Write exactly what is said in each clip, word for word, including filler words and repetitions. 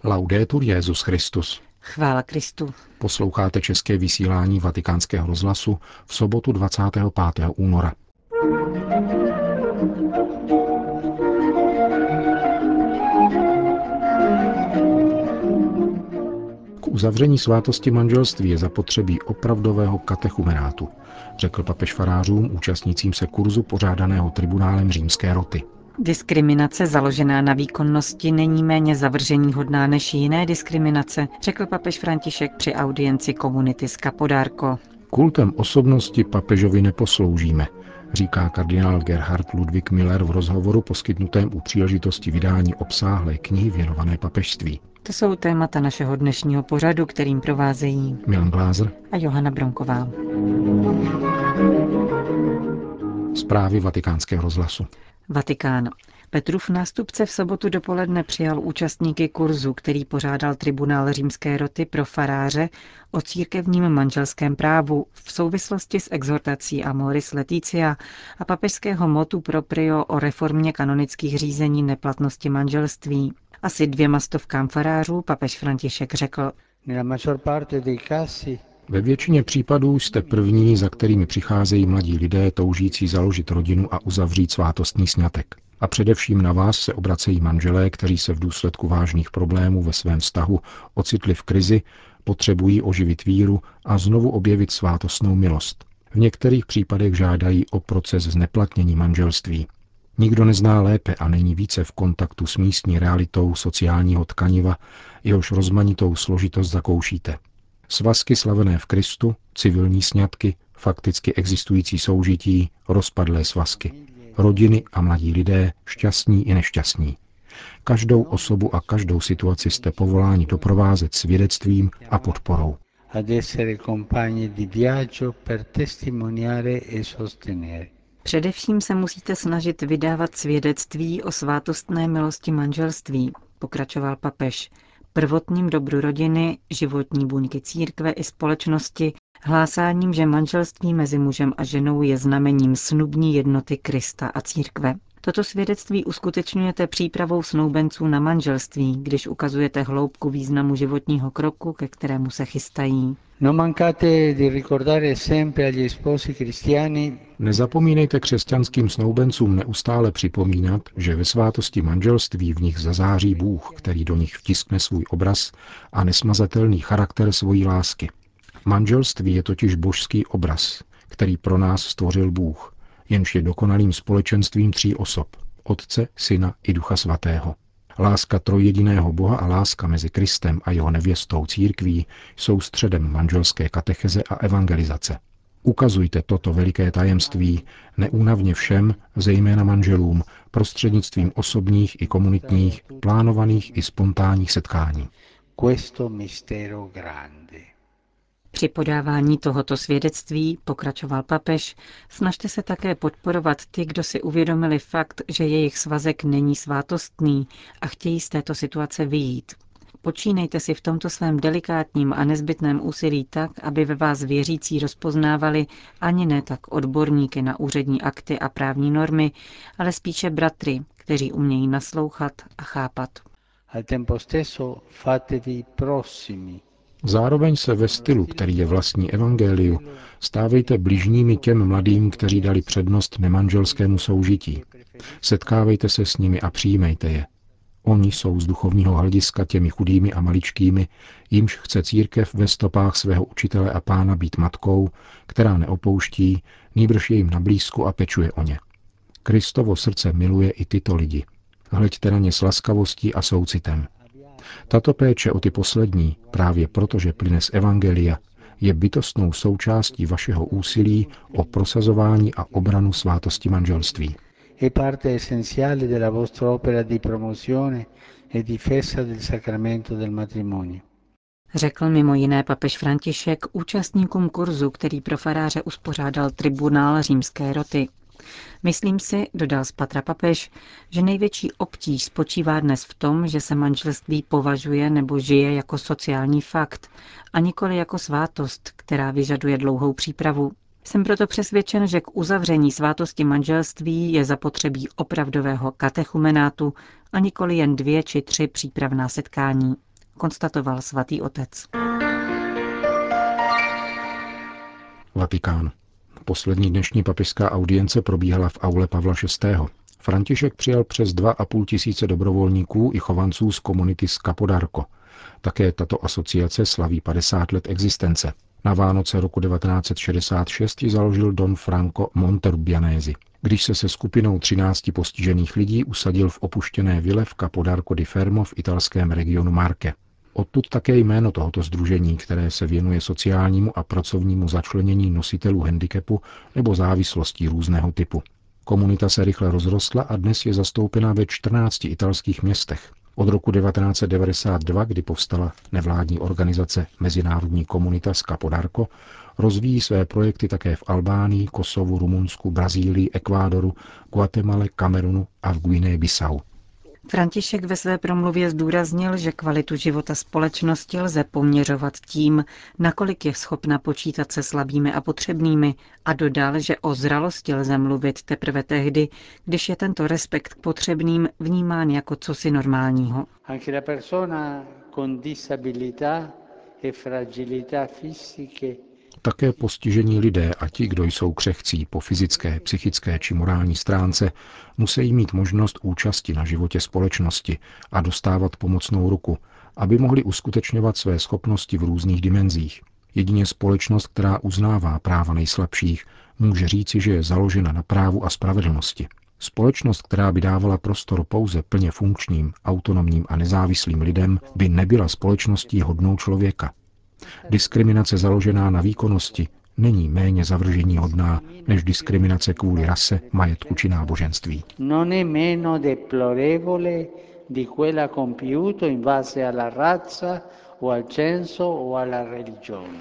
Laudetur Jesus Christus. Chvála Kristu. Posloucháte české vysílání Vatikánského rozhlasu v sobotu dvacátého pátého února. K uzavření svátosti manželství je zapotřebí opravdového katechumenátu, řekl papež farářům účastnícím se kurzu pořádaného tribunálem Římské roty. Diskriminace založená na výkonnosti není méně zavrženíhodná než jiné diskriminace, řekl papež František při audienci Communitis Capodárco. Kultem osobnosti papežovi neposloužíme, říká kardinál Gerhard Ludwig Müller v rozhovoru poskytnutém u příležitosti vydání obsáhlé knihy věnované papežství. To jsou témata našeho dnešního pořadu, kterým provázejí Milan Glázer a Johana Bronková. Zprávy Vatikánského rozhlasu. Vatikán. Petrův nástupce v sobotu dopoledne přijal účastníky kurzu, který pořádal tribunál Římské roty pro faráře o církevním manželském právu v souvislosti s exhortací Amoris Laetitia a papežského motu proprio o reformě kanonických řízení neplatnosti manželství. Asi dvěma stovkám farářů papež František řekl: Ve většině případů jste první, za kterými přicházejí mladí lidé toužící založit rodinu a uzavřít svátostný sňatek. A především na vás se obracejí manželé, kteří se v důsledku vážných problémů ve svém vztahu ocitli v krizi, potřebují oživit víru a znovu objevit svátostnou milost. V některých případech žádají o proces zneplatnění manželství. Nikdo nezná lépe a není více v kontaktu s místní realitou sociálního tkaniva, jehož rozmanitou složitost zakoušíte. Svazky slavené v Kristu, civilní sňatky, fakticky existující soužití, rozpadlé svazky, rodiny a mladí lidé, šťastní i nešťastní. Každou osobu a každou situaci jste povoláni doprovázet svědectvím a podporou. Především se musíte snažit vydávat svědectví o svátostné milosti manželství, pokračoval papež, prvotním dobru rodiny, životní buňky církve i společnosti, hlásáním, že manželství mezi mužem a ženou je znamením snubní jednoty Krista a církve. Toto svědectví uskutečňujete přípravou snoubenců na manželství, když ukazujete hloubku významu životního kroku, ke kterému se chystají. Nezapomínejte křesťanským snoubencům neustále připomínat, že ve svátosti manželství v nich zazáří Bůh, který do nich vtiskne svůj obraz a nesmazatelný charakter svojí lásky. Manželství je totiž božský obraz, který pro nás stvořil Bůh, jenž je dokonalým společenstvím tří osob, Otce, Syna i Ducha Svatého. Láska trojjediného Boha a láska mezi Kristem a jeho nevěstou církví jsou středem manželské katecheze a evangelizace. Ukazujte toto veliké tajemství neúnavně všem, zejména manželům, prostřednictvím osobních i komunitních, plánovaných i spontánních setkání. Při podávání tohoto svědectví, pokračoval papež, snažte se také podporovat ty, kdo si uvědomili fakt, že jejich svazek není svátostný a chtějí z této situace vyjít. Počínejte si v tomto svém delikátním a nezbytném úsilí tak, aby ve vás věřící rozpoznávali ani ne tak odborníky na úřední akty a právní normy, ale spíše bratry, kteří umějí naslouchat a chápat. Zároveň se ve stylu, který je vlastní evangeliu, stávejte bližními těm mladým, kteří dali přednost nemanželskému soužití. Setkávejte se s nimi a přijímejte je. Oni jsou z duchovního hlediska těmi chudými a maličkými, jimž chce církev ve stopách svého učitele a pána být matkou, která neopouští, nýbrž je jim na blízku a pečuje o ně. Kristovo srdce miluje i tyto lidi. Hleďte na ně s laskavostí a soucitem. Tato péče o ty poslední, právě protože plyne z evangelia, je bytostnou součástí vašeho úsilí o prosazování a obranu svátosti manželství. È parte essenziale della vostra opera di promozione e difesa del sacramento del matrimonio. Řekl mimo jiné papež František účastníkům kurzu, který pro faráře uspořádal tribunál Římské roty. Myslím si, dodal z patra papež, že největší obtíž spočívá dnes v tom, že se manželství považuje nebo žije jako sociální fakt a nikoli jako svátost, která vyžaduje dlouhou přípravu. Jsem proto přesvědčen, že k uzavření svátosti manželství je zapotřebí opravdového katechumenátu a nikoli jen dvě či tři přípravná setkání. konstatoval svatý otec. Vatikán. Poslední dnešní papežská audience probíhala v aule Pavla šestého. František přijal přes dva a půl tisíce dobrovolníků i chovanců z komunity z Capodarco. Také tato asociace slaví padesát let existence. Na Vánoce roku devatenáct set šedesát šest ji založil don Franco Monterubbianesi, když se se skupinou třinácti postižených lidí usadil v opuštěné vile v Capodarco di Fermo v italském regionu Marke. Odtud také jméno tohoto sdružení, které se věnuje sociálnímu a pracovnímu začlenění nositelů handicapu nebo závislostí různého typu. Komunita se rychle rozrostla a dnes je zastoupena ve čtrnácti italských městech. Od roku devatenáct set devadesát dva, kdy povstala nevládní organizace Mezinárodní komunita z Capodarco, rozvíjí své projekty také v Albánii, Kosovu, Rumunsku, Brazílii, Ekvádoru, Guatemale, Kamerunu a v Guinea-Bissau. František ve své promluvě zdůraznil, že kvalitu života společnosti lze poměřovat tím, nakolik je schopna počítat se slabými a potřebnými, a dodal, že o zralosti lze mluvit teprve tehdy, když je tento respekt k potřebným vnímán jako cosi normálního. Anche la persona con disabilità e fragilità fisiche. Také postižení lidé a ti, kdo jsou křehcí po fyzické, psychické či morální stránce, musí mít možnost účasti na životě společnosti a dostávat pomocnou ruku, aby mohli uskutečňovat své schopnosti v různých dimenzích. Jedině společnost, která uznává práva nejslabších, může říci, že je založena na právu a spravedlnosti. Společnost, která by dávala prostor pouze plně funkčním, autonomním a nezávislým lidem, by nebyla společností hodnou člověka. Diskriminace založená na výkonnosti není méně zavrženíhodná než diskriminace kvůli rase, majetku či náboženství. Non è meno deplorevole di quella compiuto in base alla razza o al censo o alla religione.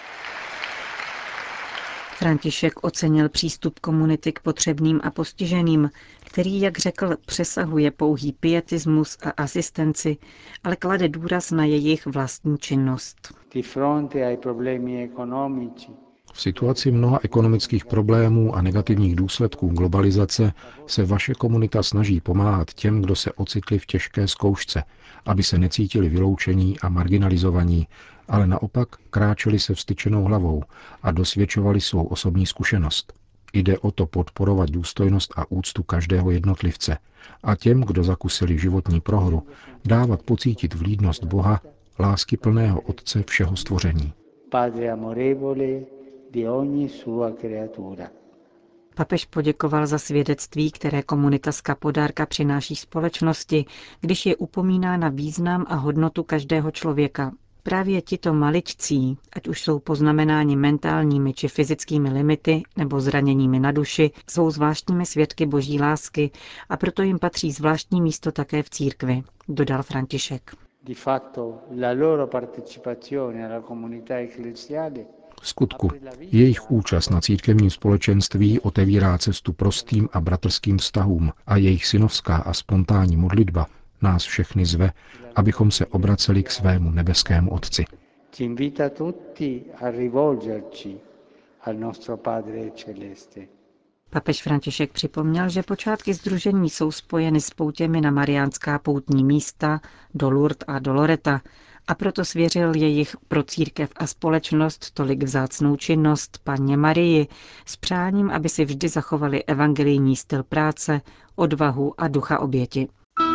František ocenil přístup komunity k potřebným a postiženým, který, jak řekl, přesahuje pouhý pietismus a asistenci, ale klade důraz na jejich vlastní činnost. Di fronte ai problemi economici. V situaci mnoha ekonomických problémů a negativních důsledků globalizace se vaše komunita snaží pomáhat těm, kdo se ocitli v těžké zkoušce, aby se necítili vyloučení a marginalizovaní, ale naopak kráčeli se vztyčenou hlavou a dosvědčovali svou osobní zkušenost. Jde o to podporovat důstojnost a úctu každého jednotlivce a těm, kdo zakusili životní prohru, dávat pocítit vlídnost Boha, lásky plného Otce všeho stvoření. Padre amorevole di ogni sua creatura. Papež poděkoval za svědectví, které komunita z Capodarca přináší společnosti, když je upomíná na význam a hodnotu každého člověka. Právě tito maličcí, ať už jsou poznamenáni mentálními či fyzickými limity nebo zraněními na duši, jsou zvláštními svědky boží lásky a proto jim patří zvláštní místo také v církvi, dodal František. Di fatto la loro partecipazione alla comunità ecclesiale. V skutku, jejich účast na církevním společenství otevírá cestu prostým a bratrským vztahům a jejich synovská a spontánní modlitba nás všechny zve, abychom se obraceli k svému nebeskému Otci. Ci invita tutti a rivolgerci al nostro Padre celeste. Papež František připomněl, že počátky sdružení jsou spojeny s poutěmi na mariánská poutní místa do Lourdes a do Loreta a proto svěřil jejich pro církev a společnost tolik vzácnou činnost Panně Marii s přáním, aby si vždy zachovali evangelijní styl práce, odvahu a ducha oběti.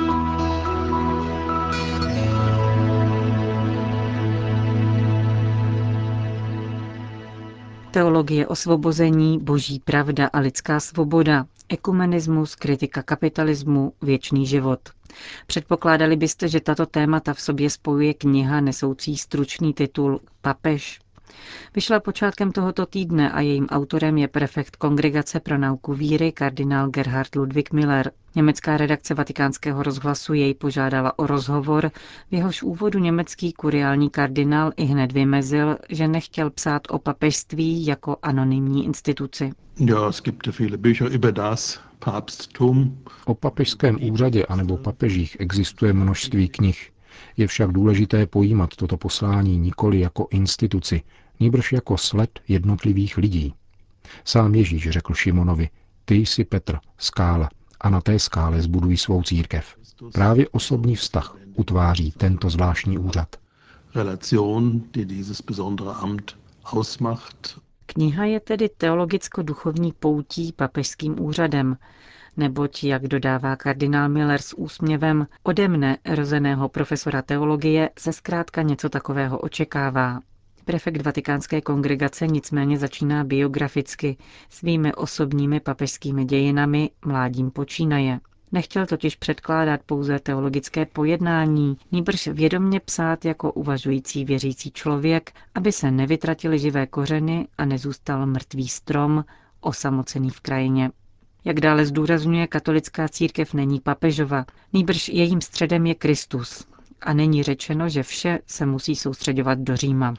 Teologie osvobození, boží pravda a lidská svoboda, ekumenismus, kritika kapitalismu, věčný život. Předpokládali byste, že tato témata v sobě spojuje kniha nesoucí stručný titul Papež? Vyšla počátkem tohoto týdne a jejím autorem je prefekt Kongregace pro nauku víry kardinál Gerhard Ludwig Müller. Německá redakce Vatikánského rozhlasu jej požádala o rozhovor, v jehož úvodu německý kuriální kardinál ihned vymezil, že nechtěl psát o papežství jako anonymní instituci. Ja, es gibt viele Bücher über das Papsttum. O papežském úřadě anebo papežích existuje množství knih. Je však důležité pojímat toto poslání nikoli jako instituci, nýbrž jako sled jednotlivých lidí. Sám Ježíš řekl Šimonovi, ty jsi Petr, skála, a na té skále zbudují svou církev. Právě osobní vztah, utváří tento zvláštní úřad. Relation, die dieses besondere Amt ausmacht. Kniha je tedy teologicko-duchovní poutí papežským úřadem, neboť, jak dodává kardinál Miller s úsměvem, ode mne, rozeného profesora teologie, se zkrátka něco takového očekává. Prefekt vatikánské kongregace nicméně začíná biograficky, svými osobními papežskými dějinami, mládím počínaje. Nechtěl totiž předkládat pouze teologické pojednání, nýbrž vědomně psát jako uvažující věřící člověk, aby se nevytratily živé kořeny a nezůstal mrtvý strom, osamocený v krajině. Jak dále zdůrazňuje, katolická církev není papežova, nýbrž jejím středem je Kristus. A není řečeno, že vše se musí soustředovat do Říma.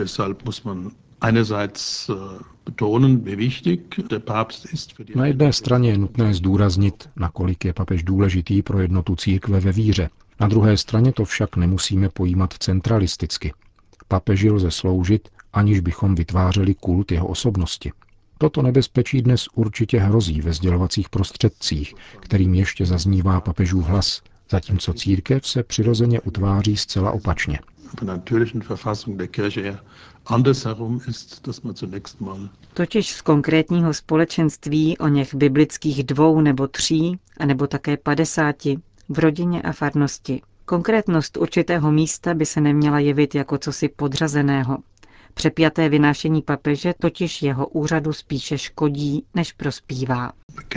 Na jedné straně je nutné zdůraznit, nakolik je papež důležitý pro jednotu církve ve víře. Na druhé straně to však nemusíme pojímat centralisticky. Papeži lze sloužit, aniž bychom vytvářeli kult jeho osobnosti. Toto nebezpečí dnes určitě hrozí ve sdělovacích prostředcích, kterým ještě zaznívá papežův hlas, zatímco církev se přirozeně utváří zcela opačně. Totiž z konkrétního společenství o něch biblických dvou nebo tří, anebo také padesáti, v rodině a farnosti. Konkrétnost určitého místa by se neměla jevit jako cosi podřazeného. Přepjaté vynášení papeže totiž jeho úřadu spíše škodí, než prospívá.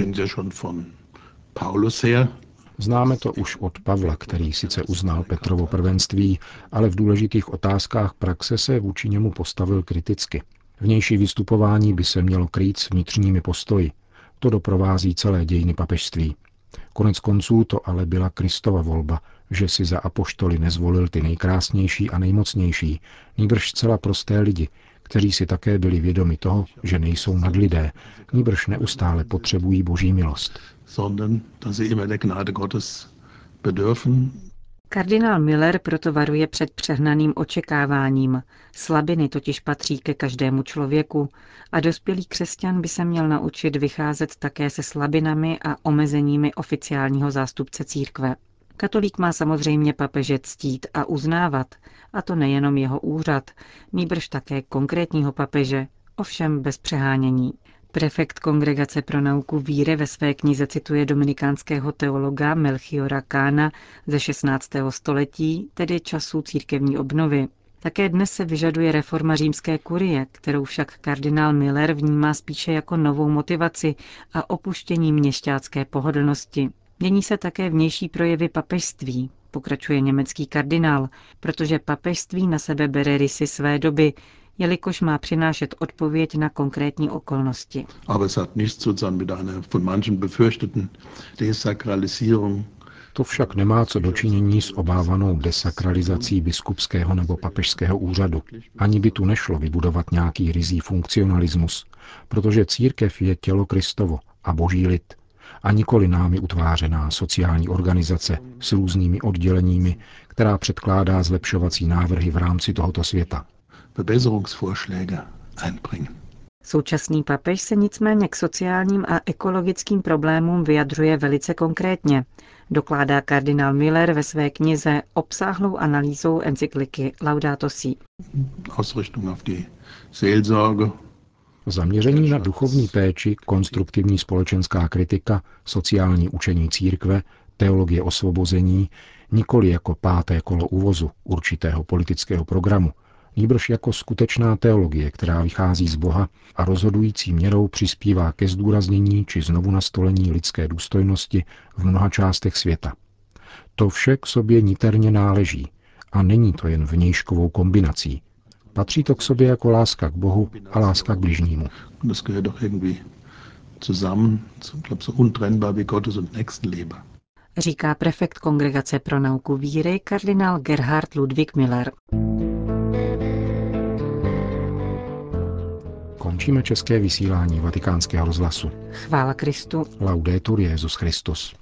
Známe to už od Pavla, který sice uznal Petrovo prvenství, ale v důležitých otázkách praxe se vůči němu postavil kriticky. Vnější vystupování by se mělo krýt s vnitřními postoji. To doprovází celé dějiny papežství. Konec konců to ale byla Kristova volba, že si za apoštoly nezvolil ty nejkrásnější a nejmocnější, nýbrž zcela prosté lidi, kteří si také byli vědomi toho, že nejsou nadlidé, nýbrž neustále potřebují boží milost. Kardinál Miller proto varuje před přehnaným očekáváním. Slabiny totiž patří ke každému člověku a dospělý křesťan by se měl naučit vycházet také se slabinami a omezeními oficiálního zástupce církve. Katolík má samozřejmě papeže ctít a uznávat, a to nejenom jeho úřad, nýbrž také konkrétního papeže, ovšem bez přehánění. Prefekt Kongregace pro nauku víry ve své knize cituje dominikánského teologa Melchiora Kána ze šestnáctého století, tedy časů církevní obnovy. Také dnes se vyžaduje reforma římské kurie, kterou však kardinál Miller vnímá spíše jako novou motivaci a opuštění měšťácké pohodlnosti. Mění se také vnější projevy papežství, pokračuje německý kardinál, protože papežství na sebe bere rysy své doby, jelikož má přinášet odpověď na konkrétní okolnosti. To však nemá co dočinění s obávanou desakralizací biskupského nebo papežského úřadu. Ani by tu nešlo vybudovat nějaký ryzí funkcionalismus, protože církev je tělo Kristovo a boží lid, a nikoli námi utvářená sociální organizace s různými odděleními, která předkládá zlepšovací návrhy v rámci tohoto světa. Současný papež se nicméně k sociálním a ekologickým problémům vyjadřuje velice konkrétně, dokládá kardinál Miller ve své knize obsáhlou analýzou encykliky Laudato Si. Zaměření na duchovní péči, konstruktivní společenská kritika, sociální učení církve, teologie osvobození, nikoli jako páté kolo uvozu určitého politického programu, nýbrž jako skutečná teologie, která vychází z Boha a rozhodující měrou přispívá ke zdůraznění či znovu nastolení lidské důstojnosti v mnoha částech světa. To vše k sobě niterně náleží a není to jen vnějškovou kombinací. Patří to k sobě jako láska k Bohu a láska k bližnímu. Říká prefekt Kongregace pro nauku víry kardinál Gerhard Ludwig Miller. Končíme české vysílání Vatikánského rozhlasu. Chvála Kristu. Laudetur Jesus Christus.